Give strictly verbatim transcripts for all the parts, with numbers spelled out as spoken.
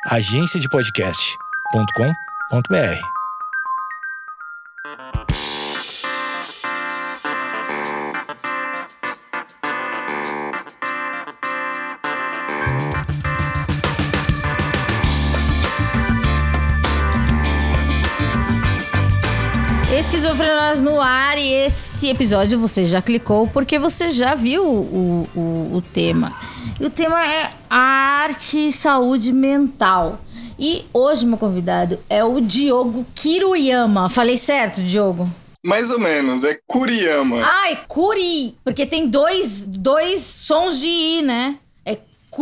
agência de podcast ponto com ponto b r. Esquizofrenóias no ar, e esse episódio você já clicou porque você já viu o, o, o tema. E o tema é arte e saúde mental. E hoje meu convidado é o Diogo Kiruyama. Falei certo, Diogo? Mais ou menos, é Kuriyama. Ai, Kuri, porque tem dois, dois sons de I, né? É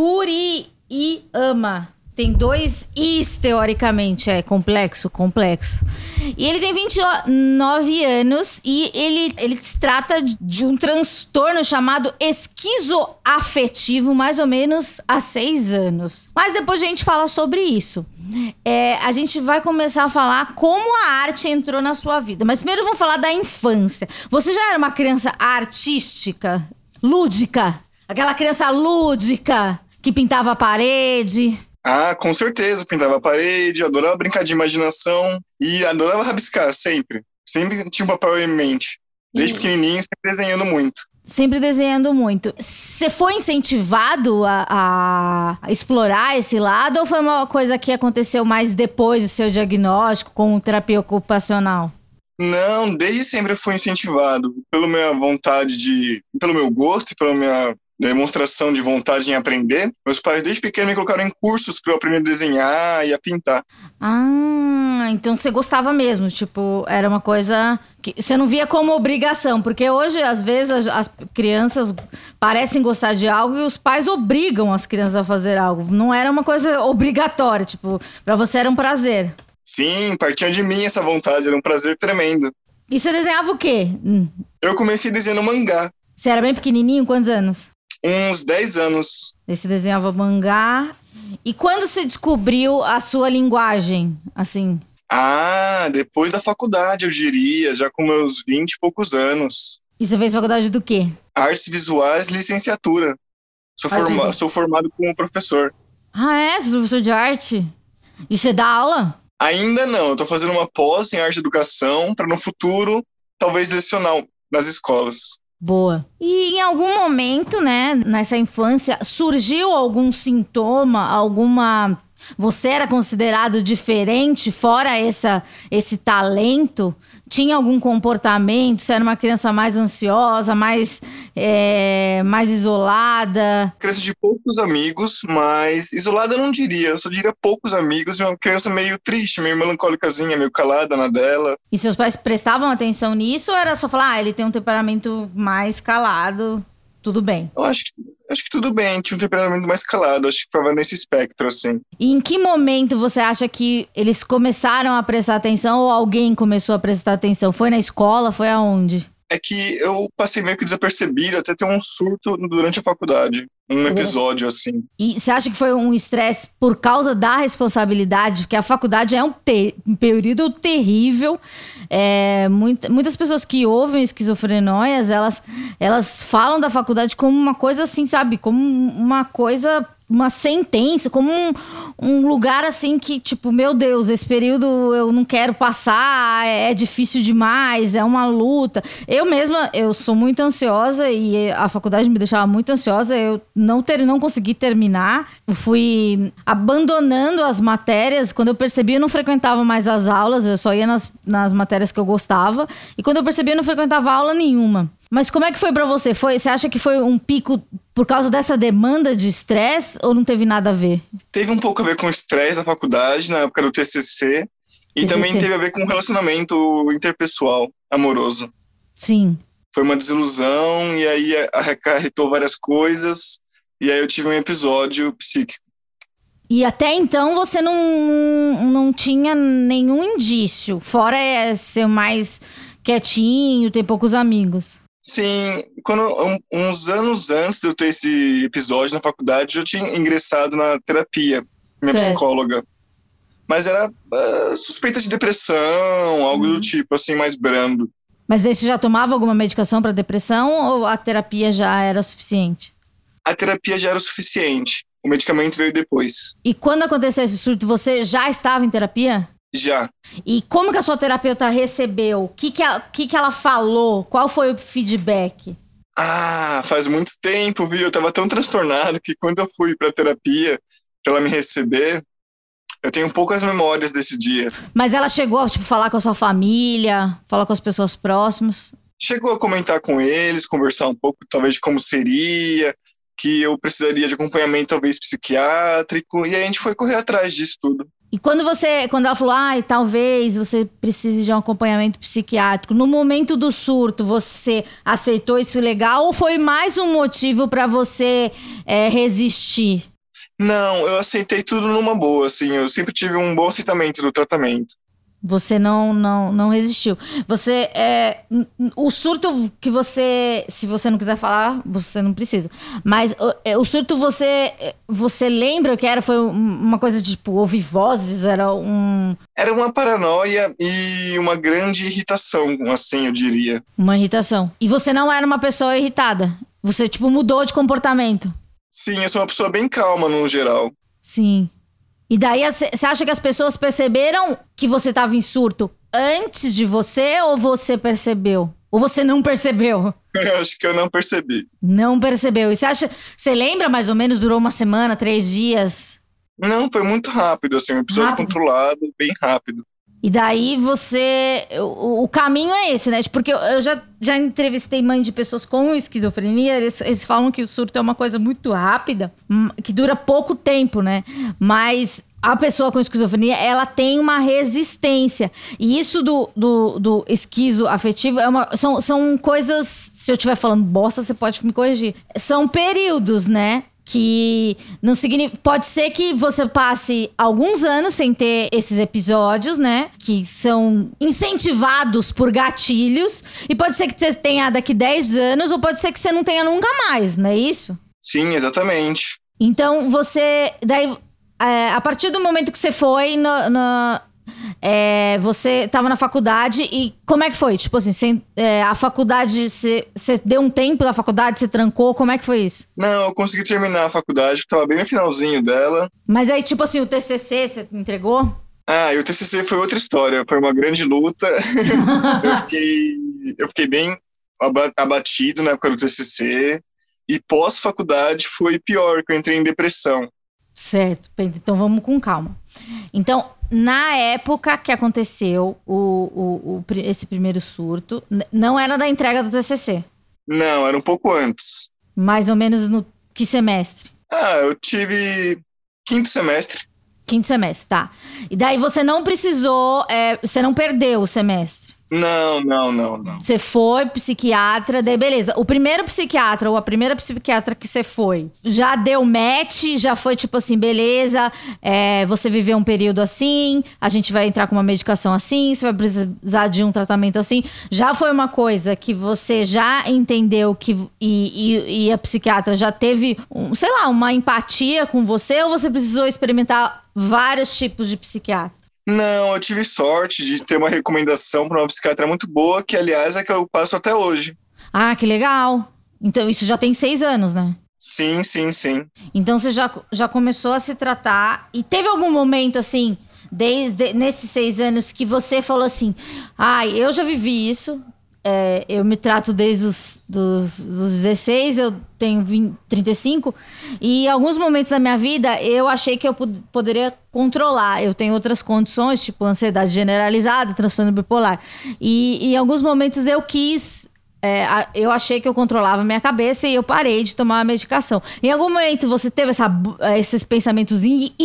Kuriyama. Tem dois Is, teoricamente. É complexo, complexo. E ele tem vinte e nove anos e ele, ele se trata de um transtorno chamado esquizoafetivo, mais ou menos há seis anos. Mas depois a gente fala sobre isso. É, a gente vai começar a falar como a arte entrou na sua vida. Mas primeiro vamos falar da infância. Você já era uma criança artística? Lúdica? Aquela criança lúdica que pintava a parede? Ah, com certeza, pintava a parede, adorava brincar de imaginação e adorava rabiscar, sempre. Sempre tinha um papel em mente. Desde e... pequenininho, sempre desenhando muito. Sempre desenhando muito. Você foi incentivado a, a explorar esse lado ou foi uma coisa que aconteceu mais depois do seu diagnóstico com terapia ocupacional? Não, desde sempre eu fui incentivado pela minha vontade de... pelo meu gosto e pela minha... demonstração de vontade em aprender. Meus pais desde pequeno me colocaram em cursos para eu aprender a desenhar e a pintar. Ah, então você gostava mesmo, tipo, era uma coisa que você não via como obrigação, porque hoje às vezes as, as crianças parecem gostar de algo e os pais obrigam as crianças a fazer algo. Não era uma coisa obrigatória, tipo, para você era um prazer. Sim, partia de mim essa vontade, era um prazer tremendo. E você desenhava o quê? Hum. Eu comecei desenhando mangá. Você era bem pequenininho? Quantos anos? Uns dez anos. Você desenhava mangá. E quando você descobriu a sua linguagem, assim? Ah, depois da faculdade, eu diria, já com meus vinte e poucos anos. E você fez faculdade do quê? Artes visuais, licenciatura. Sou, forma- sou formado como professor. Ah, é? Você é professor de arte? E você dá aula? Ainda não, eu tô fazendo uma pós em arte e educação para no futuro, talvez lecionar nas escolas. Boa. E em algum momento, né, nessa infância, surgiu algum sintoma, alguma... Você era considerado diferente, fora essa, esse talento? Tinha algum comportamento? Você era uma criança mais ansiosa, mais, é, mais isolada? Criança de poucos amigos, mas isolada eu não diria. Eu só diria poucos amigos e uma criança meio triste, meio melancólicazinha, meio calada na dela. E seus pais prestavam atenção nisso ou era só falar, ah, ele tem um temperamento mais calado, tudo bem? Eu acho que, acho que tudo bem, tinha um temperamento mais calado, acho que ficava nesse espectro, assim. E em que momento você acha que eles começaram a prestar atenção ou alguém começou a prestar atenção? Foi na escola? Foi aonde? É que eu passei meio que desapercebido, até ter um surto durante a faculdade. Um episódio, assim. E você acha que foi um estresse por causa da responsabilidade? Porque a faculdade é um, ter- um período terrível. É, muita, muitas pessoas que ouvem esquizofrenóias, elas, elas falam da faculdade como uma coisa assim, sabe? Como uma coisa... uma sentença, como um, um lugar assim que, tipo, meu Deus, esse período eu não quero passar, é difícil demais, é uma luta. Eu mesma, eu sou muito ansiosa e a faculdade me deixava muito ansiosa, eu não, ter, não consegui terminar. Eu fui abandonando as matérias, quando eu percebi eu não frequentava mais as aulas, eu só ia nas, nas matérias que eu gostava, e quando eu percebi eu não frequentava aula nenhuma. Mas como é que foi pra você? Foi, você acha que foi um pico por causa dessa demanda de estresse ou não teve nada a ver? Teve um pouco a ver com o estresse da faculdade, na época do T C C. E T C C. Também teve a ver com o relacionamento interpessoal, amoroso. Sim. Foi uma desilusão e aí acarretou várias coisas. E aí eu tive um episódio psíquico. E até então você não, não tinha nenhum indício, fora ser mais quietinho, ter poucos amigos. Sim, quando, um, uns anos antes de eu ter esse episódio na faculdade, eu tinha ingressado na terapia, minha certo. psicóloga. Mas era uh, suspeita de depressão, algo hum. do tipo, assim, mais brando. Mas aí você já tomava alguma medicação para depressão ou a terapia já era suficiente? A terapia já era o suficiente. o medicamento veio depois. E quando aconteceu esse surto, você já estava em terapia? Já. E como que a sua terapeuta recebeu? O que que ela, que que ela falou? Qual foi o feedback? Ah, faz muito tempo, viu? Eu tava tão transtornado que quando eu fui pra terapia, pra ela me receber, eu tenho poucas memórias desse dia. Mas ela chegou a tipo, falar com a sua família, falar com as pessoas próximas? Chegou a comentar com eles, conversar um pouco, talvez, de como seria, que eu precisaria de acompanhamento, talvez, psiquiátrico, e aí a gente foi correr atrás disso tudo. E quando você, quando ela falou, ai, talvez você precise de um acompanhamento psiquiátrico, no momento do surto, você aceitou isso legal ou foi mais um motivo pra você é, resistir? Não, eu aceitei tudo numa boa, assim, eu sempre tive um bom aceitamento do tratamento. Você não, não, não resistiu. Você, é, o surto que você, se você não quiser falar, você não precisa. Mas o, o surto você, você lembra o que era? Foi uma coisa de, tipo, ouvir vozes? Era um... Era uma paranoia e uma grande irritação, assim, eu diria. Uma irritação. E você não era uma pessoa irritada? Você, tipo, mudou de comportamento? Sim, eu sou uma pessoa bem calma, no geral. Sim. E daí, você acha que as pessoas perceberam que você estava em surto antes de você ou você percebeu? Ou você não percebeu? Eu acho que eu não percebi. Não percebeu. E você acha... Você lembra mais ou menos? Durou uma semana, três dias? Não, foi muito rápido, assim, um episódio Rápido? controlado, bem rápido. E daí você... O, o caminho é esse, né? Porque eu, eu já, já entrevistei mãe de pessoas com esquizofrenia. Eles, eles falam que o surto é uma coisa muito rápida, que dura pouco tempo, né? Mas a pessoa com esquizofrenia, ela tem uma resistência. E isso do, do, do esquizo afetivo é uma, são, são coisas... Se eu estiver falando bosta, você pode me corrigir. São períodos, né? Que não significa... Pode ser que você passe alguns anos sem ter esses episódios, né? Que são incentivados por gatilhos. E pode ser que você tenha daqui dez anos, ou pode ser que você não tenha nunca mais, não é isso? Sim, exatamente. Então, você... Daí, é, a partir do momento que você foi... No, no, é, você estava na faculdade e como é que foi? Tipo assim, você, é, a faculdade, você, você deu um tempo da faculdade, você trancou, como é que foi isso? Não, eu consegui terminar a faculdade, estava bem no finalzinho dela. Mas aí, tipo assim, o T C C, você entregou? Ah, e o T C C foi outra história, foi uma grande luta. eu, fiquei, eu fiquei bem abatido na época do T C C. E pós-faculdade foi pior, que eu entrei em depressão. Certo, então vamos com calma. Então, na época que aconteceu o, o, o, esse primeiro surto, não era da entrega do T C C? Não, era um pouco antes. Mais ou menos no que semestre? Ah, eu tive quinto semestre. Quinto semestre, tá. E daí você não precisou, é, você não perdeu o semestre? Não, não, não, não. Você foi psiquiatra, daí beleza. O primeiro psiquiatra ou a primeira psiquiatra que você foi, já deu match, já foi tipo assim, beleza, é, você viveu um período assim, a gente vai entrar com uma medicação assim, você vai precisar de um tratamento assim. Já foi uma coisa que você já entendeu que e, e, e a psiquiatra já teve, um, sei lá, uma empatia com você, ou você precisou experimentar vários tipos de psiquiatra? Não, eu tive sorte de ter uma recomendação para uma psiquiatra muito boa, que aliás é que eu passo até hoje. Ah, que legal. Então isso já tem seis anos, né? Sim, sim, sim. Então você já, já começou a se tratar. E teve algum momento, assim, desde nesses seis anos, que você falou assim, ai, ah, eu já vivi isso, é, eu me trato desde os dos, dos dezesseis, eu tenho vinte, trinta e cinco, e em alguns momentos da minha vida eu achei que eu pod- poderia controlar. Eu tenho outras condições, tipo ansiedade generalizada, transtorno bipolar. E, e em alguns momentos eu quis... É, eu achei que eu controlava a minha cabeça e eu parei de tomar a medicação. Em algum momento você teve essa, esses pensamentos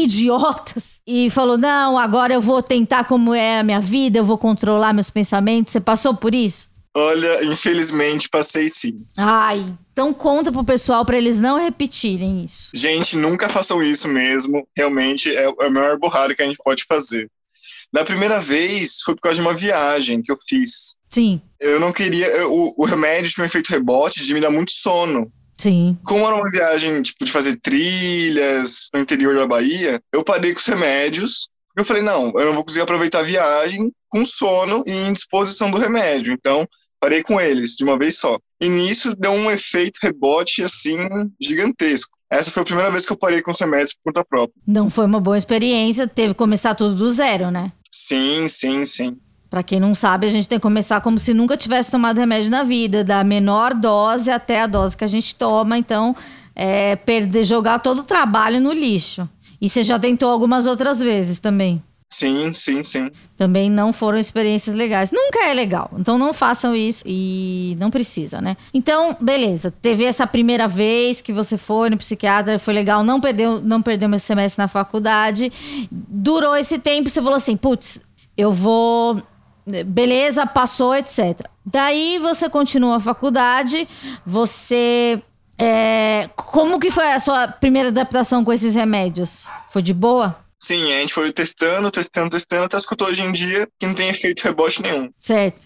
idiotas e falou, não, agora eu vou tentar como é a minha vida, eu vou controlar meus pensamentos. Você passou por isso? Olha, infelizmente passei sim. Ai, então conta pro pessoal pra eles não repetirem isso. Gente, nunca façam isso mesmo. Realmente é, é a maior burrada que a gente pode fazer. Da primeira vez foi por causa de uma viagem que eu fiz. Sim. Eu não queria... Eu, o, o remédio tinha um efeito rebote de me dar muito sono. Sim. Como era uma viagem tipo, de fazer trilhas no interior da Bahia, eu parei com os remédios. Eu falei, não, eu não vou conseguir aproveitar a viagem com sono e indisposição do remédio. Então, parei com eles de uma vez só. E nisso deu um efeito rebote, assim, gigantesco. Essa foi a primeira vez que eu parei com os remédios por conta própria. Não foi uma boa experiência, teve que começar tudo do zero, né? Sim, sim, sim. Pra quem não sabe, a gente tem que começar como se nunca tivesse tomado remédio na vida, da menor dose até a dose que a gente toma. Então, é perder, jogar todo o trabalho no lixo. E você já tentou algumas outras vezes também? Sim, sim, sim. Também não foram experiências legais. Nunca é legal. Então não façam isso e não precisa, né? Então, beleza. Teve essa primeira vez que você foi no psiquiatra, foi legal, não perdeu, não perdeu meu semestre na faculdade. Durou esse tempo, você falou assim, putz, eu vou... Beleza, passou, etcétera. Daí você continua a faculdade, você... É... Como que foi a sua primeira adaptação com esses remédios? Foi de boa? Sim, a gente foi testando, testando, testando, até escutou hoje em dia que não tem efeito rebote nenhum. Certo.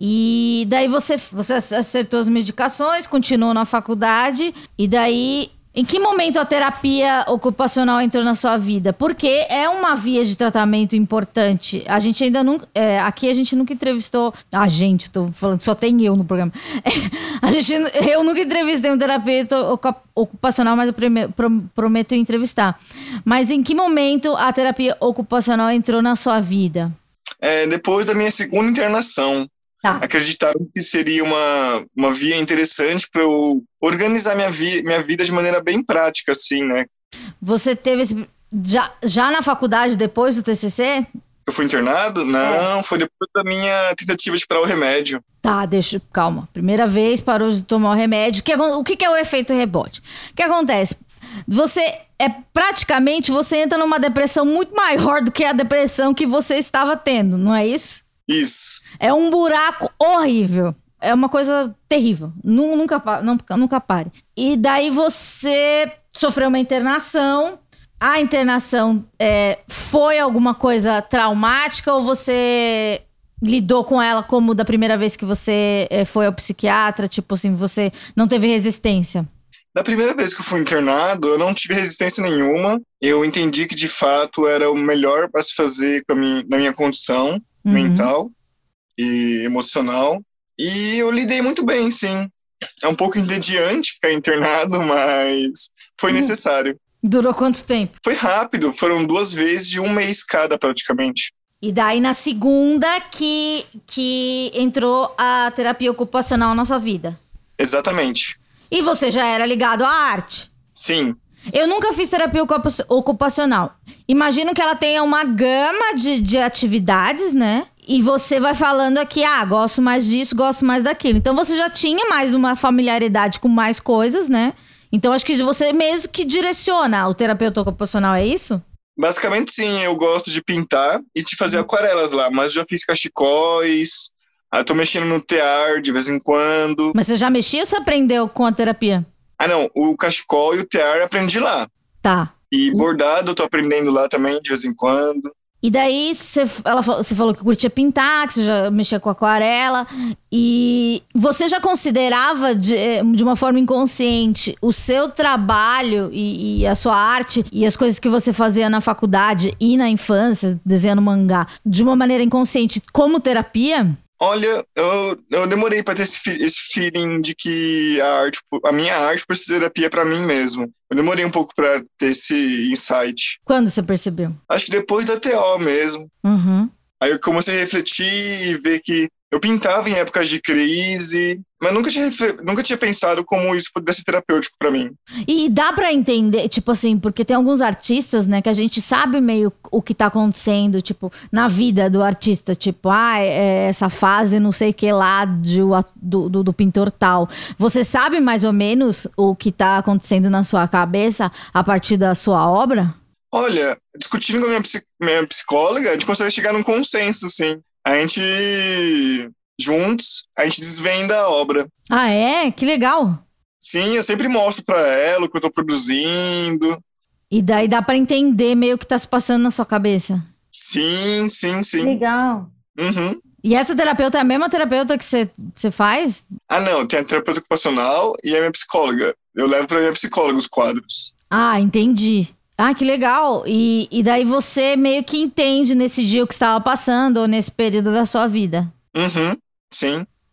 E daí você, você acertou as medicações, continuou na faculdade, e daí... Em que momento a terapia ocupacional entrou na sua vida? Porque é uma via de tratamento importante. A gente ainda nunca... É, aqui a gente nunca entrevistou... A gente, tô falando, só tem eu no programa. É, a gente, eu nunca entrevistei um terapeuta ocupacional, mas eu prometo entrevistar. Mas em que momento a terapia ocupacional entrou na sua vida? É, depois da minha segunda internação. Tá. Acreditaram que seria uma, uma via interessante para eu organizar minha, vi, minha vida de maneira bem prática, assim, né? Você teve esse, já, já na faculdade, depois do T C C? Eu fui internado? Não, é. Foi depois da minha tentativa de parar o remédio. Tá, deixa, calma. Primeira vez parou de tomar o remédio. Que, o que, que é o efeito rebote? O que acontece? Você, é praticamente, você entra numa depressão muito maior do que a depressão que você estava tendo, não é isso? Isso. É um buraco horrível. É uma coisa terrível. Nunca, nunca, nunca pare. E daí você sofreu uma internação. A internação é, foi alguma coisa traumática ou você lidou com ela como da primeira vez que você é, foi ao psiquiatra? Tipo assim, você não teve resistência? Da primeira vez que eu fui internado, eu não tive resistência nenhuma. Eu entendi que, de fato, era o melhor para se fazer com a minha, na minha condição. Uhum. Mental e emocional. E eu lidei muito bem, sim. É um pouco entediante ficar internado, mas foi uhum. necessário. Durou quanto tempo? Foi rápido, foram duas vezes de um mês cada, praticamente. E daí, na segunda, que, que entrou a terapia ocupacional na sua vida? Exatamente. E você já era ligado à arte? Sim. Eu nunca fiz terapia ocupacional. Imagino que ela tenha uma gama de, de atividades, né? E você vai falando aqui, ah, gosto mais disso, gosto mais daquilo. Então você já tinha mais uma familiaridade com mais coisas, né? Então acho que você mesmo que direciona o terapeuta ocupacional, é isso? Basicamente sim, eu gosto de pintar e de fazer aquarelas lá, mas já fiz cachecóis, eu tô mexendo no tear de vez em quando. Mas você já mexia ou você aprendeu com a terapia? Ah, não. O cachecol e o tear eu aprendi lá. Tá. E bordado eu tô aprendendo lá também, de vez em quando. E daí, você, ela, você falou que curtia pintar, que você já mexia com aquarela. E você já considerava, de, de uma forma inconsciente, o seu trabalho e, e a sua arte e as coisas que você fazia na faculdade e na infância, desenhando mangá, de uma maneira inconsciente, como terapia? Olha, eu, eu demorei para ter esse, esse feeling de que a arte, a minha arte precisa de terapia para mim mesmo. Eu demorei um pouco para ter esse insight. Quando você percebeu? Acho que depois da T O mesmo. Uhum. Aí eu comecei a refletir e ver que eu pintava em épocas de crise, mas nunca tinha, nunca tinha pensado como isso poderia ser terapêutico pra mim. E dá pra entender, tipo assim, porque tem alguns artistas, né, que a gente sabe meio o que tá acontecendo, tipo, na vida do artista, tipo, ah, é essa fase não sei o que lá de, do, do, do pintor tal. Você sabe mais ou menos o que tá acontecendo na sua cabeça a partir da sua obra? Olha, discutindo com a minha, minha psicóloga, a gente consegue chegar num consenso, sim. A gente, juntos, a gente desvenda a obra. Ah, é? Que legal. Sim, eu sempre mostro pra ela o que eu tô produzindo. E daí dá pra entender meio o que tá se passando na sua cabeça? Sim, sim, sim. Legal. Uhum. E essa terapeuta é a mesma terapeuta que você que faz? Ah, não, tem a terapeuta ocupacional e a minha psicóloga. Eu levo pra minha psicóloga os quadros. Ah, entendi. Ah, que legal. E, e daí você meio que entende nesse dia o que estava passando ou nesse período da sua vida. Uhum, sim.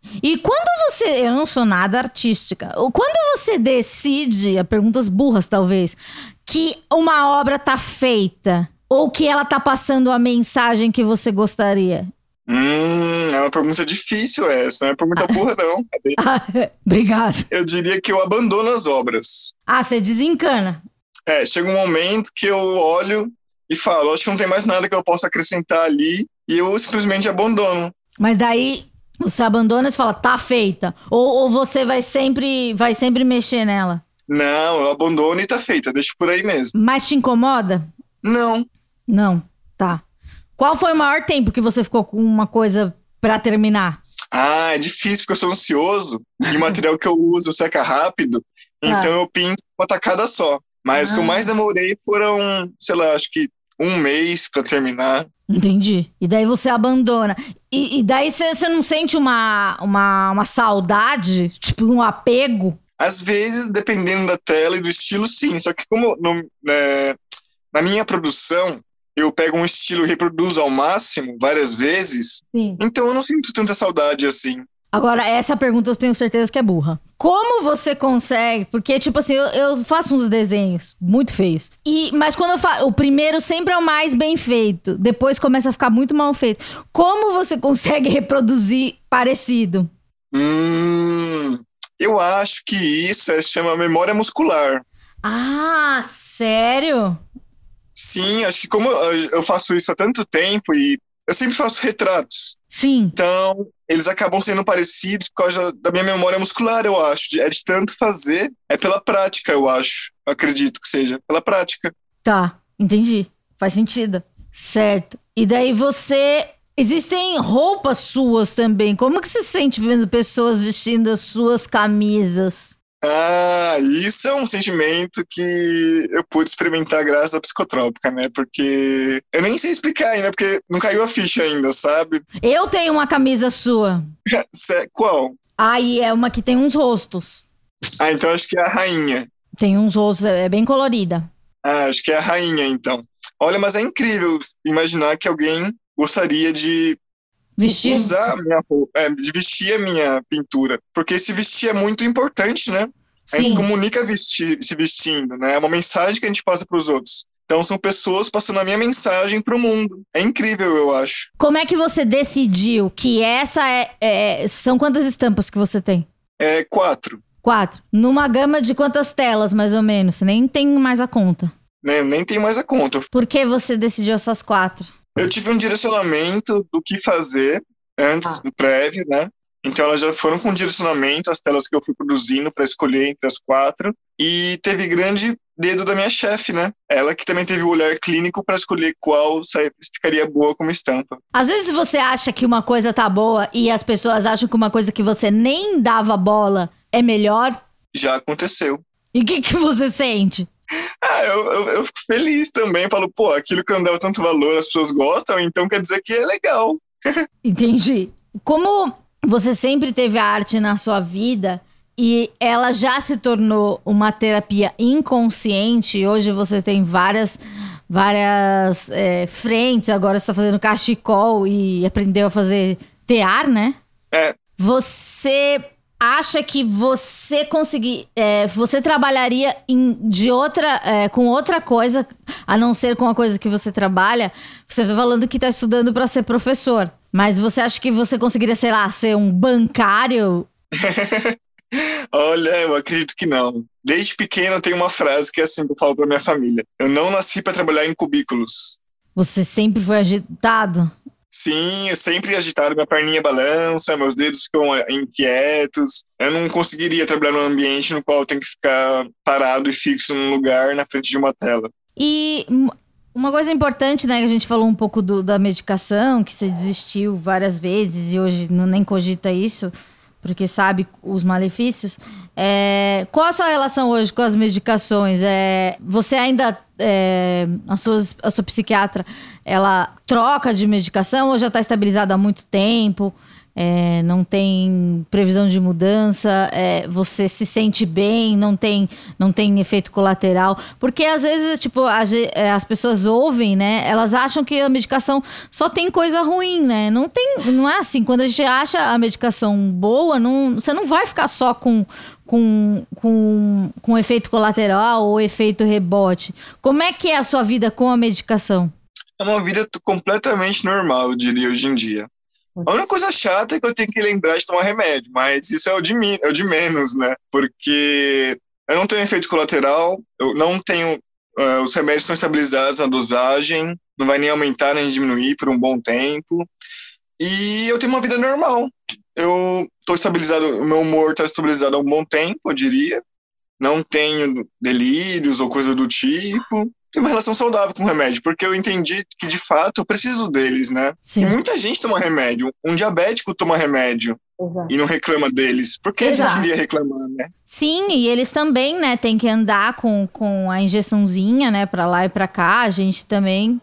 E quando você... Eu não sou nada artística. Quando você decide, a perguntas burras talvez, que uma obra tá feita ou que ela tá passando a mensagem que você gostaria? Hum, é uma pergunta difícil essa. Não é uma pergunta burra, não. Obrigada. Eu diria que eu abandono as obras. Ah, você desencana. É, chega um momento que eu olho e falo, acho que não tem mais nada que eu possa acrescentar ali, e eu simplesmente abandono. Mas daí você abandona e você fala, tá feita. Ou, ou você vai sempre, vai sempre mexer nela? Não, eu abandono e tá feita, deixo por aí mesmo. Mas te incomoda? Não. Não, tá. Qual foi o maior tempo que você ficou com uma coisa pra terminar? Ah, é difícil porque eu sou ansioso e o material que eu uso seca rápido, então ah. eu pinto uma tacada só. Mas ah. o que eu mais demorei foram, sei lá, acho que um mês pra terminar. Entendi. E daí você abandona. E, e daí você, você não sente uma, uma, uma saudade, tipo um apego? Às vezes, dependendo da tela e do estilo, sim. Só que como no, é, na minha produção, eu pego um estilo e reproduzo ao máximo, várias vezes, sim. Então eu não sinto tanta saudade assim. Agora, essa pergunta eu tenho certeza que é burra. Como você consegue... Porque, tipo assim, eu, eu faço uns desenhos muito feios. E, mas quando eu faço... O primeiro sempre é o mais bem feito. Depois começa a ficar muito mal feito. Como você consegue reproduzir parecido? Hum... Eu acho que isso é, chama memória muscular. Ah, sério? Sim, acho que como eu faço isso há tanto tempo e eu sempre faço retratos. Sim. Então, eles acabam sendo parecidos por causa da minha memória muscular, eu acho. É de tanto fazer, é pela prática, eu acho. Eu acredito que seja, pela prática. Tá, entendi. Faz sentido. Certo. E daí você... Existem roupas suas também. Como que você se sente vendo pessoas vestindo as suas camisas? Ah, isso é um sentimento que eu pude experimentar graças à psicotrópica, né? Porque eu nem sei explicar ainda, porque não caiu a ficha ainda, sabe? Eu tenho uma camisa sua. Qual? Ah, e é uma que tem uns rostos. Ah, então acho que é a rainha. Tem uns rostos, é bem colorida. Ah, acho que é a rainha, então. Olha, mas é incrível imaginar que alguém gostaria de vestir. usar a minha roupa, é, de vestir a minha pintura, porque se vestir é muito importante, né? A Sim. gente comunica vestir, se vestindo, né? É uma mensagem que a gente passa para os outros. Então são pessoas passando a minha mensagem para o mundo. É incrível, eu acho. Como é que você decidiu que essa é, é... São quantas estampas que você tem? É quatro. Quatro. Numa gama de quantas telas, mais ou menos? Você nem tem mais a conta. Nem, nem tem mais a conta. Por que você decidiu essas quatro? Eu tive um direcionamento do que fazer antes, ah. do prévio, né? Então elas já foram com direcionamento, as telas que eu fui produzindo para escolher entre as quatro. E teve grande dedo da minha chefe, né? Ela que também teve o olhar clínico para escolher qual ficaria boa como estampa. Às vezes você acha que uma coisa tá boa e as pessoas acham que uma coisa que você nem dava bola é melhor. Já aconteceu. E o que, que você sente? Ah, eu, eu, eu fico feliz também. Falo, pô, aquilo que eu não dava tanto valor, as pessoas gostam, então quer dizer que é legal. Entendi. Como você sempre teve a arte na sua vida e ela já se tornou uma terapia inconsciente, hoje você tem várias, várias é, frentes, agora você tá fazendo cachecol e aprendeu a fazer tear, né? É. Você... acha que você conseguir, é, você trabalharia em, de outra, é, com outra coisa, a não ser com a coisa que você trabalha? Você está falando que está estudando para ser professor, mas você acha que você conseguiria, sei lá, ser um bancário? Olha, eu acredito que não. Desde pequeno tem uma frase que é assim que eu falo para minha família: eu não nasci para trabalhar em cubículos. Você sempre foi agitado? Sim, eu sempre agitado, minha perninha balança, meus dedos ficam inquietos. Eu não conseguiria trabalhar num ambiente no qual eu tenho que ficar parado e fixo num lugar na frente de uma tela. E uma coisa importante, né, que a gente falou um pouco do, da medicação, que você desistiu várias vezes e hoje não nem cogita isso, porque sabe os malefícios. É, qual a sua relação hoje com as medicações? É, você ainda, é, a, sua, a sua psiquiatra, ela troca de medicação ou já está estabilizada há muito tempo? é, não tem previsão de mudança, é, você se sente bem, não tem, não tem efeito colateral. Porque às vezes, tipo, a, as pessoas ouvem, né? Elas acham que a medicação só tem coisa ruim, né? Não tem, não é assim. Quando a gente acha a medicação boa, não, você não vai ficar só com, com, com, com efeito colateral ou efeito rebote. Como é que é a sua vida com a medicação? É uma vida completamente normal, eu diria, hoje em dia. A única coisa chata é que eu tenho que lembrar de tomar remédio, mas isso é o de, mi- é o de menos, né? Porque eu não tenho efeito colateral, eu não tenho... Uh, os remédios estão estabilizados na dosagem, não vai nem aumentar nem diminuir por um bom tempo. E eu tenho uma vida normal. Eu estou estabilizado, o meu humor está estabilizado há um bom tempo, eu diria. Não tenho delírios ou coisa do tipo. Tenho uma relação saudável com o remédio, porque eu entendi que, de fato, eu preciso deles, né? Sim. E muita gente toma remédio. Um diabético toma remédio. Exato. E não reclama deles. Por que Exato. A gente iria reclamar, né? Sim, e eles também, né, tem que andar com, com a injeçãozinha, né, pra lá e pra cá. A gente também...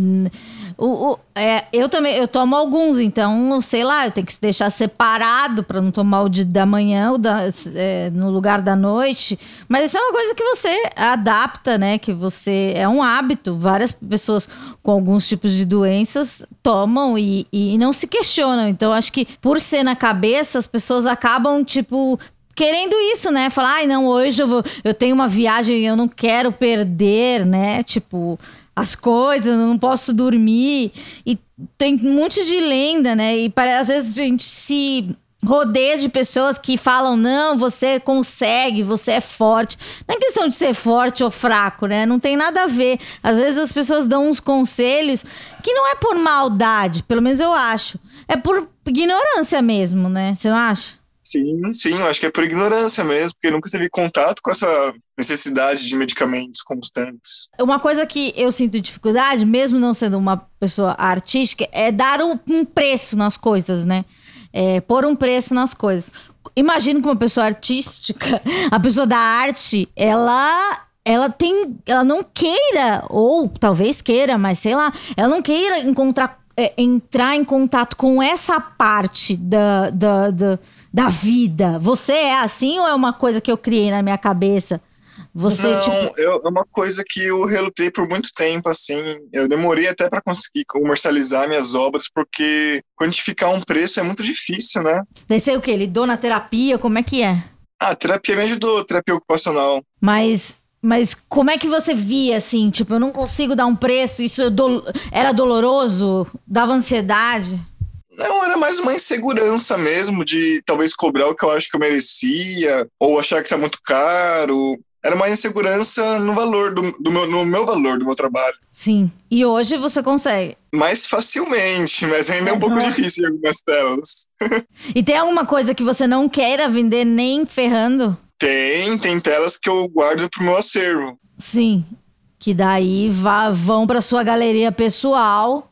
O, o, é, eu também, eu tomo alguns, então, sei lá, eu tenho que deixar separado para não tomar o de, da manhã ou da, é, no lugar da noite. Mas isso é uma coisa que você adapta, né? Que você, é um hábito. Várias pessoas com alguns tipos de doenças tomam e, e não se questionam. Então, acho que por ser na cabeça, as pessoas acabam, tipo... querendo isso, né? Falar, ai, não, hoje eu, vou, eu tenho uma viagem e eu não quero perder, né? Tipo... as coisas, eu não posso dormir. E tem um monte de lenda, né? E parece, às vezes a gente se rodeia de pessoas que falam, não, você consegue, você é forte. Não é questão de ser forte ou fraco, né? Não tem nada a ver. Às vezes as pessoas dão uns conselhos que não é por maldade, pelo menos eu acho. É por ignorância mesmo, né? Você não acha? Sim, sim, eu acho que é por ignorância mesmo, porque nunca teve contato com essa necessidade de medicamentos constantes. Uma coisa que eu sinto dificuldade, mesmo não sendo uma pessoa artística, é dar um, um preço nas coisas, né? É, pôr um preço nas coisas. Imagino que uma pessoa artística, a pessoa da arte, ela... ela tem, ela não queira, ou talvez queira, mas sei lá, ela não queira encontrar, é, entrar em contato com essa parte da, da, da, da vida. Você é assim ou é uma coisa que eu criei na minha cabeça? Você, não, tipo... eu, é uma coisa que eu relutei por muito tempo, assim, eu demorei até para conseguir comercializar minhas obras, porque quantificar um preço é muito difícil, né? Daí sei o quê? Lidou na terapia? Como é que é? Ah, terapia me ajudou, terapia ocupacional. Mas... Mas como é que você via, assim, tipo, eu não consigo dar um preço, isso do... era doloroso, dava ansiedade? Não, era mais uma insegurança mesmo de talvez cobrar o que eu acho que eu merecia, ou achar que tá muito caro. Era uma insegurança no valor, do, do meu, no meu valor do meu trabalho. Sim, e hoje você consegue? Mais facilmente, mas ainda é um pouco difícil em algumas telas. E tem alguma coisa que você não queira vender nem ferrando? Tem, tem telas que eu guardo pro meu acervo. Sim, que daí vá, vão pra sua galeria pessoal.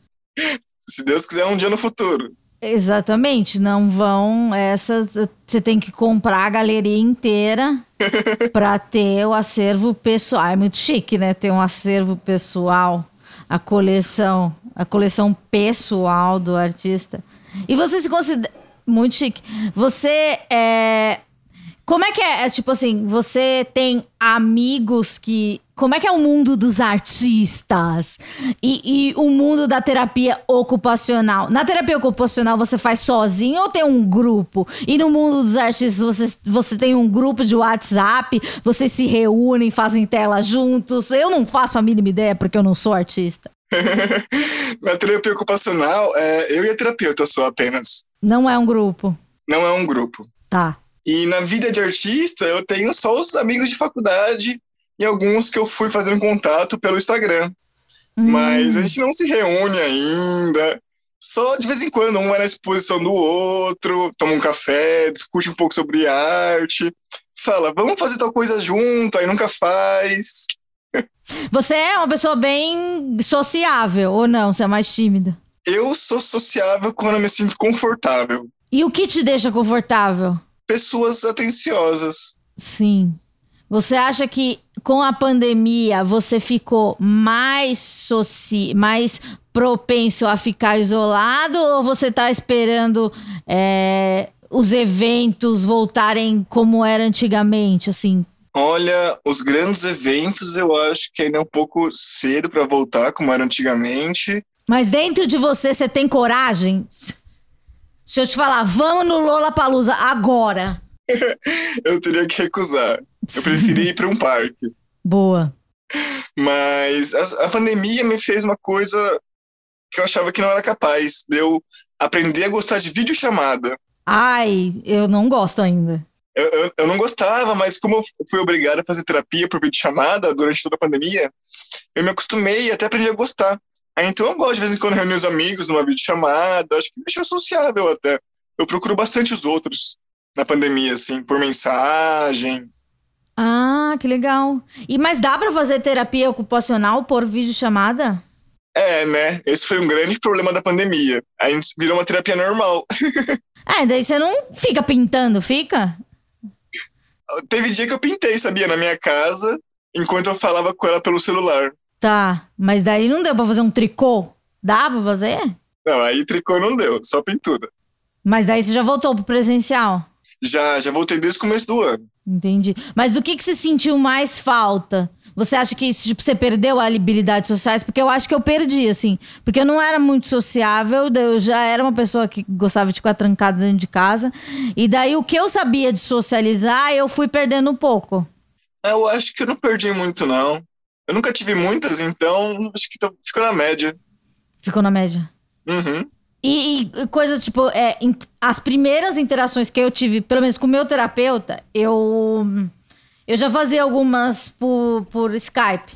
Se Deus quiser, um dia no futuro. Exatamente, não vão essas... Você tem que comprar a galeria inteira pra ter o acervo pessoal. É muito chique, né? Ter um acervo pessoal, a coleção, a coleção pessoal do artista. E você se considera... Muito chique. Você é... Como é que é? É tipo assim, você tem amigos que... Como é que é o mundo dos artistas? E, e o mundo da terapia ocupacional? Na terapia ocupacional você faz sozinho ou tem um grupo? E no mundo dos artistas você, você tem um grupo de WhatsApp? Vocês se reúnem, fazem tela juntos? Eu não faço a mínima ideia porque eu não sou artista. Na terapia ocupacional, é, eu e a terapeuta só apenas. Não é um grupo? Não é um grupo. Tá. E na vida de artista, eu tenho só os amigos de faculdade e alguns que eu fui fazendo contato pelo Instagram. Hum. Mas a gente não se reúne ainda. Só de vez em quando, um vai na exposição do outro, toma um café, discute um pouco sobre arte. Fala, vamos fazer tal coisa junto, aí nunca faz. Você é uma pessoa bem sociável, ou não? Você é mais tímida? Eu sou sociável quando eu me sinto confortável. E o que te deixa confortável? Pessoas atenciosas. Sim. Você acha que com a pandemia você ficou mais, soci... mais propenso a ficar isolado ou você tá esperando é, os eventos voltarem como era antigamente, assim? Olha, os grandes eventos eu acho que ainda é um pouco cedo para voltar como era antigamente. Mas dentro de você, você tem coragem? Se eu te falar, vamos no Lollapalooza agora. Eu teria que recusar. Eu preferi ir para um parque. Boa. Mas a, a pandemia me fez uma coisa que eu achava que não era capaz. De eu aprender a gostar de videochamada. Ai, eu não gosto ainda. Eu, eu, eu não gostava, mas como eu fui obrigado a fazer terapia por videochamada durante toda a pandemia, eu me acostumei e até aprendi a gostar. Aí, então eu gosto de vez em quando reunir os amigos numa videochamada. Acho que me deixou sociável até. Eu procuro bastante os outros na pandemia, assim, por mensagem. Ah, que legal. E, mas dá pra fazer terapia ocupacional por videochamada? É, né? Esse foi um grande problema da pandemia. Aí virou uma terapia normal. É, daí você não fica pintando, fica? Teve dia que eu pintei, sabia? Na minha casa, enquanto eu falava com ela pelo celular. Tá, mas daí não deu pra fazer um tricô? Dá pra fazer? Não, aí tricô não deu, só pintura. Mas daí você já voltou pro presencial? Já, já voltei desde o começo do ano. Entendi. Mas do que, que você sentiu mais falta? Você acha que tipo, você perdeu as habilidades sociais? Porque eu acho que eu perdi, assim. Porque eu não era muito sociável, eu já era uma pessoa que gostava de ficar trancada dentro de casa. E daí o que eu sabia de socializar, eu fui perdendo um pouco. Eu acho que eu não perdi muito, não. Eu nunca tive muitas, então acho que tô, ficou na média. Ficou na média. Uhum. E, e coisas, tipo, é, in, as primeiras interações que eu tive, pelo menos com o meu terapeuta, eu, eu já fazia algumas por, por Skype.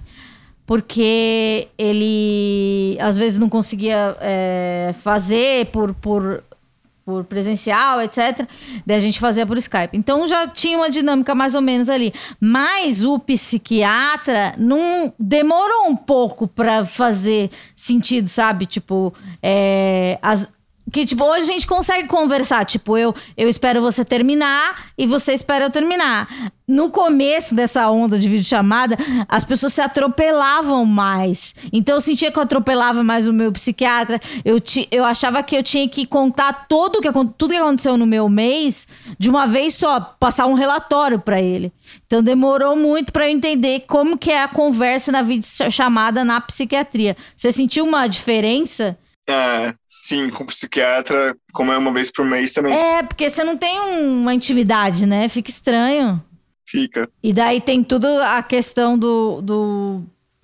Porque ele, às vezes, não conseguia é, fazer por, por, por presencial, etcétera. Daí a gente fazia por Skype. Então já tinha uma dinâmica mais ou menos ali. Mas o psiquiatra não demorou um pouco pra fazer sentido, sabe? Tipo, é, as, que tipo, hoje a gente consegue conversar. Tipo, eu, eu espero você terminar e você espera eu terminar. No começo dessa onda de videochamada, as pessoas se atropelavam mais. Então eu sentia que eu atropelava mais o meu psiquiatra. Eu, ti, eu achava que eu tinha que contar tudo que, tudo que aconteceu no meu mês de uma vez só, passar um relatório pra ele. Então demorou muito pra eu entender como que é a conversa na videochamada na psiquiatria. Você sentiu uma diferença? Ah, sim, com psiquiatra, como é uma vez por mês também. É, porque você não tem uma intimidade, né? Fica estranho. Fica. E daí tem tudo a questão do, do...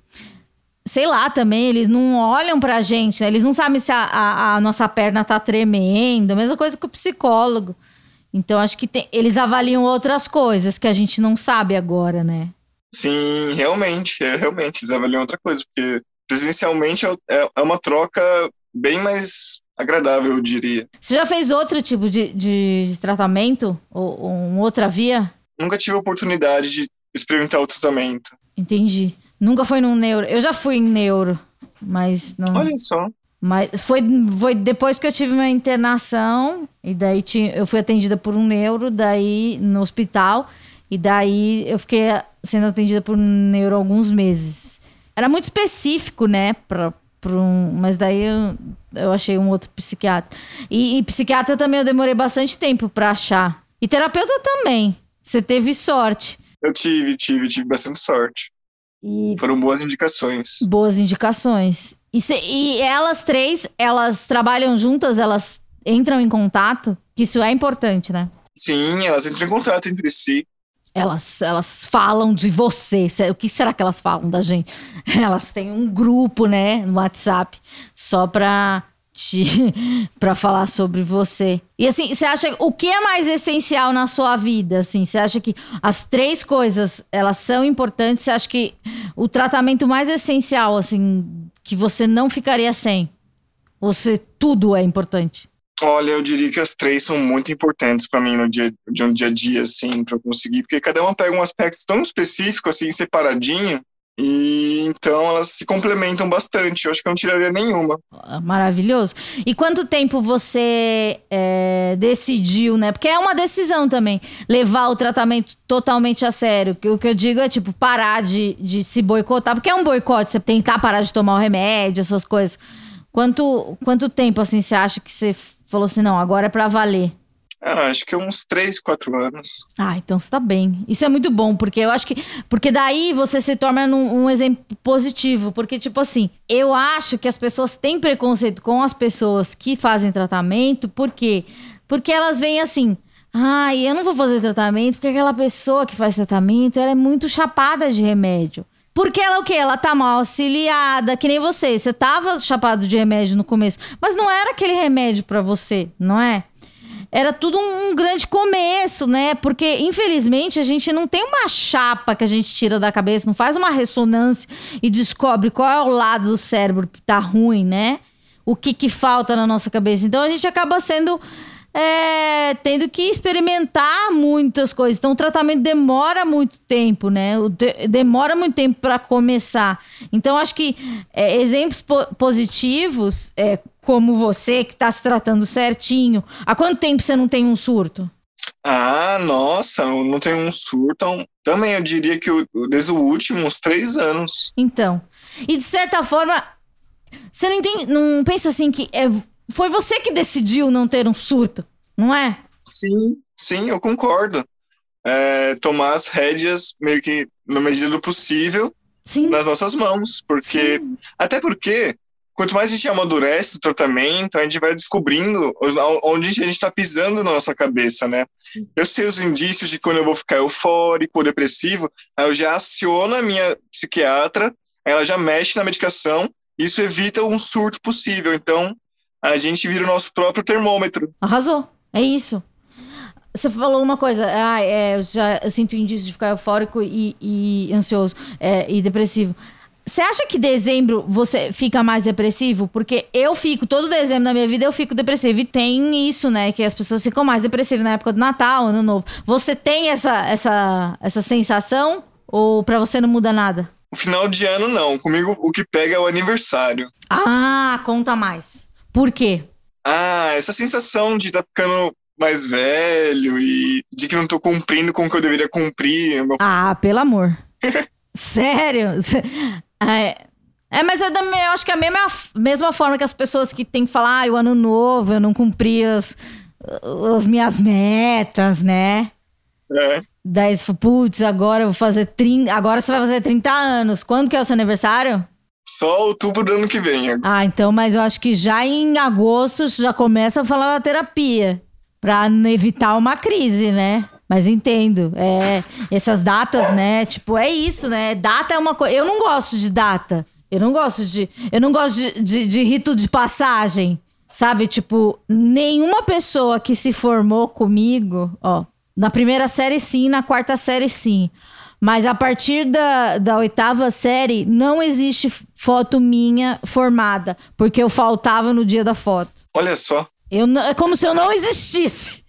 Sei lá também, eles não olham pra gente, né? Eles não sabem se a, a, a nossa perna tá tremendo. A mesma coisa que o psicólogo. Então acho que tem, eles avaliam outras coisas que a gente não sabe agora, né? Sim, realmente, é, realmente, eles avaliam outra coisa, porque presencialmente é, é uma troca bem mais agradável, eu diria. Você já fez outro tipo de, de, de tratamento? Ou, ou uma outra via? Nunca tive a oportunidade de experimentar o tratamento. Entendi. Nunca foi num neuro. Eu já fui em neuro, mas não... Olha só. Mas foi, foi depois que eu tive uma internação, e daí tinha, eu fui atendida por um neuro, daí no hospital, e daí eu fiquei sendo atendida por um neuro alguns meses. Era muito específico, né, pra... Um, mas daí eu, eu achei um outro psiquiatra. E, e psiquiatra também eu demorei bastante tempo pra achar. E terapeuta também. Você teve sorte. Eu tive, tive, tive bastante sorte. E foram boas indicações. Boas indicações. E, se, e elas três, elas trabalham juntas, elas entram em contato? Que isso é importante, né? Sim, elas entram em contato entre si. Elas, elas falam de você. O que será que elas falam da gente? Elas têm um grupo, né, no WhatsApp, só pra, te, pra falar sobre você. E assim, você acha, o que é mais essencial na sua vida? Assim, você acha que as três coisas, elas são importantes? Você acha que o tratamento mais essencial, assim, que você não ficaria sem? Você, tudo é importante? Olha, eu diria que as três são muito importantes pra mim no dia, de um dia a dia, assim, pra eu conseguir, porque cada uma pega um aspecto tão específico, assim, separadinho, E então elas se complementam bastante. Eu acho que eu não tiraria nenhuma. Maravilhoso. E quanto tempo você é, decidiu, né? Porque é uma decisão também, levar o tratamento totalmente a sério. O que eu digo é, tipo, parar de, de se boicotar. Porque é um boicote, você tentar parar de tomar o remédio, essas coisas. Quanto, quanto tempo, assim, você acha que você falou assim, não, agora é pra valer? Ah, acho que uns três, quatro anos. Ah, então você tá bem. Isso é muito bom, porque eu acho que... Porque daí você se torna um, um exemplo positivo. Porque, tipo assim, eu acho que as pessoas têm preconceito com as pessoas que fazem tratamento. Por quê? Porque elas veem assim... Ah, eu não vou fazer tratamento porque aquela pessoa que faz tratamento, ela é muito chapada de remédio. Porque ela o quê? Ela tá mal auxiliada, que nem você. Você tava chapado de remédio no começo, mas não era aquele remédio pra você, não é? Era tudo um, um grande começo, né? Porque, infelizmente, a gente não tem uma chapa que a gente tira da cabeça, não faz uma ressonância e descobre qual é o lado do cérebro que tá ruim, né? O que que falta na nossa cabeça. Então, a gente acaba sendo... É, tendo que experimentar muitas coisas. Então o tratamento demora muito tempo, né? O de- demora muito tempo para começar. Então acho que é, exemplos po- positivos, é, como você que está se tratando certinho. Há quanto tempo você não tem um surto? Ah, nossa, eu não tenho um surto. Também eu diria que eu, desde o último, uns três anos. Então, e de certa forma, você não, entende, não pensa assim que é, foi você que decidiu não ter um surto, não é? Sim, sim, eu concordo. É, tomar as rédeas meio que na medida do possível Sim. nas nossas mãos. Porque, sim. Até porque, quanto mais a gente amadurece o tratamento, a gente vai descobrindo onde a gente está pisando na nossa cabeça, né? Eu sei os indícios de quando eu vou ficar eufórico ou depressivo, aí eu já aciono a minha psiquiatra, ela já mexe na medicação, isso evita um surto possível. Então, a gente vira o nosso próprio termômetro. Arrasou, é isso. Você falou uma coisa, ah, é, eu já eu sinto indício de ficar eufórico e, e ansioso é, e depressivo. Você acha que dezembro você fica mais depressivo? Porque eu fico, todo dezembro da minha vida eu fico depressivo. E tem isso, né? Que as pessoas ficam mais depressivas na época do Natal, Ano Novo. Você tem essa, essa, essa sensação? Ou pra você não muda nada? O final de ano, não. Comigo, o que pega é o aniversário. Ah, conta mais. Por quê? Ah, essa sensação de estar tá ficando mais velho e de que não tô cumprindo com o que eu deveria cumprir. Meu... Ah, pelo amor. Sério? É, é, mas é da, eu acho que é a mesma, mesma forma que as pessoas que tem que falar, ah, o ano novo, eu não cumpri as, as minhas metas, né? É. Daí você fala, putz, agora eu vou fazer trinta, agora você vai fazer trinta anos. Quando que é o seu aniversário? Só outubro do ano que vem. Ah, então, mas eu acho que já em agosto já começa a falar da terapia. Pra evitar uma crise, né? Mas entendo. É, essas datas, né? Tipo, é isso, né? Data é uma coisa... Eu não gosto de data. Eu não gosto de... Eu não gosto de, de, de rito de passagem. Sabe? Tipo, nenhuma pessoa que se formou comigo... Ó, na primeira série sim, na quarta série sim. Mas a partir da, da oitava série, não existe foto minha formada. Porque eu faltava no dia da foto. Olha só. Eu não, é como se eu não existisse.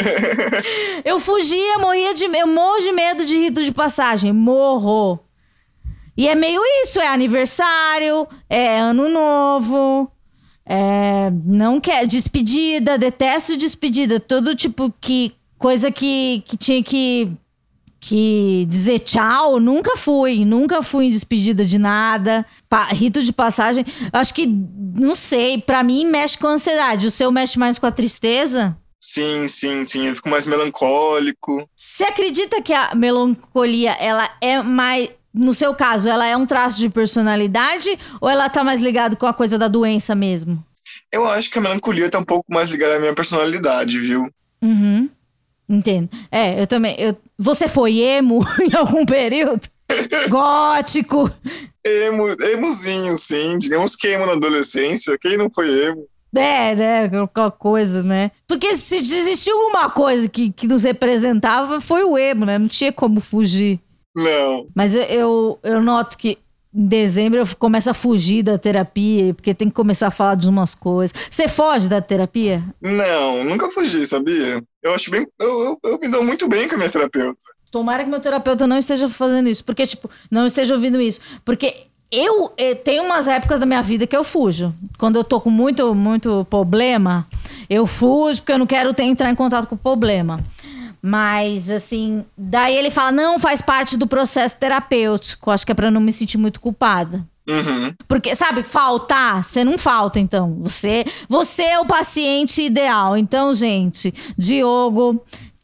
Eu fugia, morria de... Eu morro de medo de rito de passagem. Morro. E é meio isso. É aniversário, é ano novo... É, não quero... Despedida, detesto despedida. Todo tipo que... Coisa que, que tinha que... Que dizer tchau, nunca fui. Nunca fui em despedida de nada. Pa, rito de passagem. Acho que, não sei, pra mim mexe com a ansiedade. O seu mexe mais com a tristeza? Sim, sim, sim. Eu fico mais melancólico. Você acredita que a melancolia, ela é mais... No seu caso, ela é um traço de personalidade? Ou ela tá mais ligada com a coisa da doença mesmo? Eu acho que a melancolia tá um pouco mais ligada à minha personalidade, viu? Uhum. Entendo. É, eu também... Eu... Você foi emo em algum período? Gótico? Emo, emozinho, sim. Digamos que emo na adolescência. Quem não foi emo? É, né? Aquela coisa, né? Porque se existiu uma coisa que, que nos representava, foi o emo, né? Não tinha como fugir. Não. Mas eu, eu, eu noto que em dezembro eu começo a fugir da terapia, porque tem que começar a falar de umas coisas. Você foge da terapia? Não, nunca fugi, sabia? Eu acho bem... Eu, eu, eu me dou muito bem com a minha terapeuta. Tomara que meu terapeuta não esteja fazendo isso. Porque, tipo, não esteja ouvindo isso. Porque eu, eu tenho umas épocas da minha vida que eu fujo. Quando eu tô com muito, muito problema, eu fujo porque eu não quero ter, entrar em contato com o problema. Mas, assim, daí ele fala, não, faz parte do processo terapêutico. Acho que é pra não me sentir muito culpada. Uhum. Porque, sabe, faltar, você não falta, então. Você, você é o paciente ideal. Então, gente, Diogo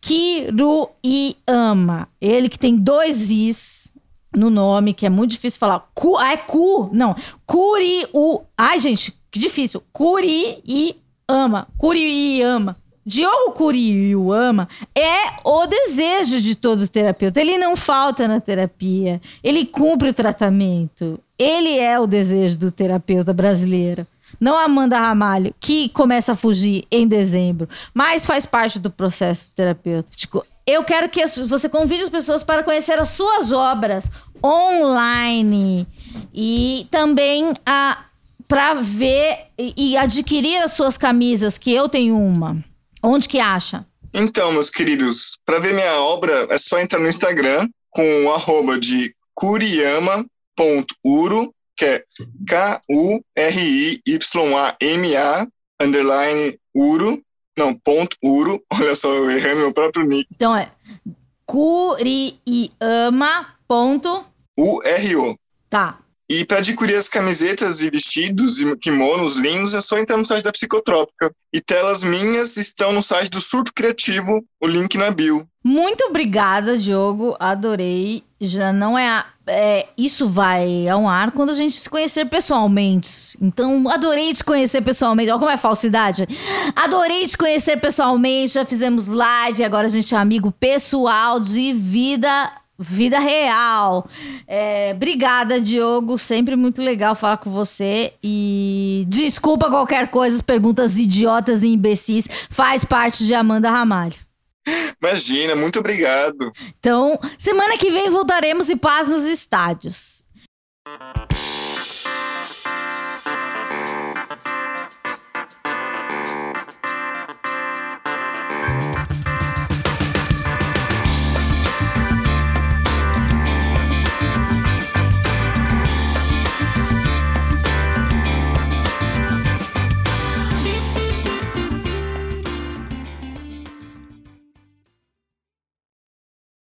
Kiruyama. Ele que tem dois Is no nome, que é muito difícil falar. Cu, ah, é cu. Não, Curiu. Ai, gente, que difícil. Kuriyama. Kuriyama. Diogo Kiruyama é o desejo de todo terapeuta. Ele não falta na terapia. Ele cumpre o tratamento. Ele é o desejo do terapeuta brasileiro. Não a Amanda Ramalho, que começa a fugir em dezembro, mas faz parte do processo terapêutico. Eu quero que você convide as pessoas para conhecer as suas obras online e também a, para ver e adquirir as suas camisas, que eu tenho uma. Onde que acha? Então, meus queridos, para ver minha obra é só entrar no Instagram com o arroba de kuriyama ponto uro, que é K U R I Y A M A underline uro, não, ponto uro. Olha só, eu errei meu próprio nick. Então é kuriyama ponto uro. Tá. E para adquirir as camisetas e vestidos e kimonos lindos, é só entrar no site da Psicotrópica. E telas minhas estão no site do Surto Criativo, o link na bio. Muito obrigada, Diogo. Adorei. Já não é, a, é... Isso vai ao ar quando a gente se conhecer pessoalmente. Então, adorei te conhecer pessoalmente. Olha como é falsidade. Adorei te conhecer pessoalmente. Já fizemos live. Agora a gente é amigo pessoal de vida... Vida real. É, obrigada, Diogo. Sempre muito legal falar com você. E desculpa qualquer coisa, perguntas idiotas e imbecis. Faz parte de Amanda Ramalho. Imagina, muito obrigado. Então, semana que vem voltaremos e paz nos estádios.